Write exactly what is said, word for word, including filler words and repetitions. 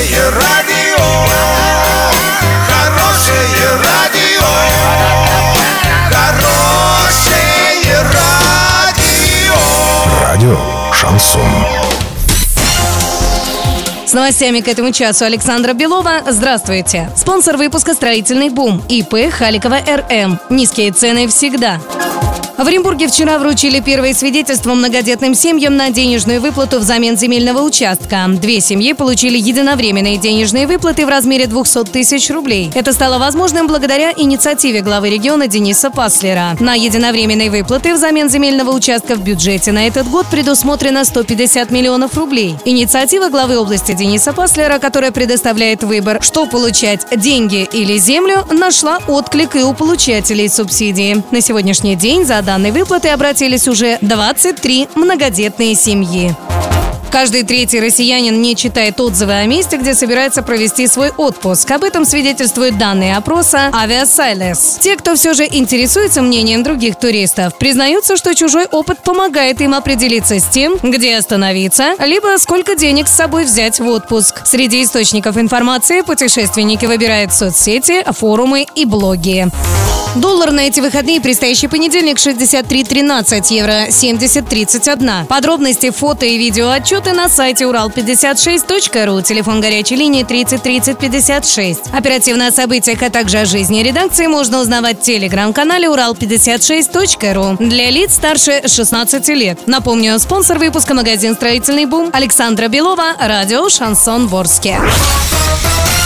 Хорошее радио, хорошее радио, хорошее радио. Радио Шансон. С новостями к этому часу Александра Белова. Здравствуйте. Спонсор выпуска «Строительный бум» ИП Халикова РМ. Низкие цены всегда. В Оренбурге вчера вручили первое свидетельство многодетным семьям на денежную выплату взамен земельного участка. Две семьи получили единовременные денежные выплаты в размере двести тысяч рублей. Это стало возможным благодаря инициативе главы региона Дениса Паслера. На единовременные выплаты взамен земельного участка в бюджете на этот год предусмотрено сто пятьдесят миллионов рублей. Инициатива главы области Дениса Паслера, которая предоставляет выбор, что получать – деньги или землю, нашла отклик и у получателей субсидии. На сегодняшний день за данной выплаты обратились уже двадцать три многодетные семьи. Каждый третий россиянин не читает отзывы о месте, где собирается провести свой отпуск. Об этом свидетельствуют данные опроса Aviasales. Те, кто все же интересуется мнением других туристов, признаются, что чужой опыт помогает им определиться с тем, где остановиться, либо сколько денег с собой взять в отпуск. Среди источников информации путешественники выбирают соцсети, форумы и блоги. Доллар на эти выходные, предстоящий понедельник, шестьдесят три тринадцать, евро семьдесят тридцать один. Подробности, фото и видеоотчеты на сайте урал пятьдесят шесть точка ру, телефон горячей линии тридцать тридцать пятьдесят шесть. Оперативно о событиях, а также о жизни редакции можно узнавать в телеграм-канале урал пятьдесят шесть точка ру для лиц старше шестнадцати лет. Напомню, спонсор выпуска — магазин «Строительный бум». Александра Белова, радио «Шансон Ворске».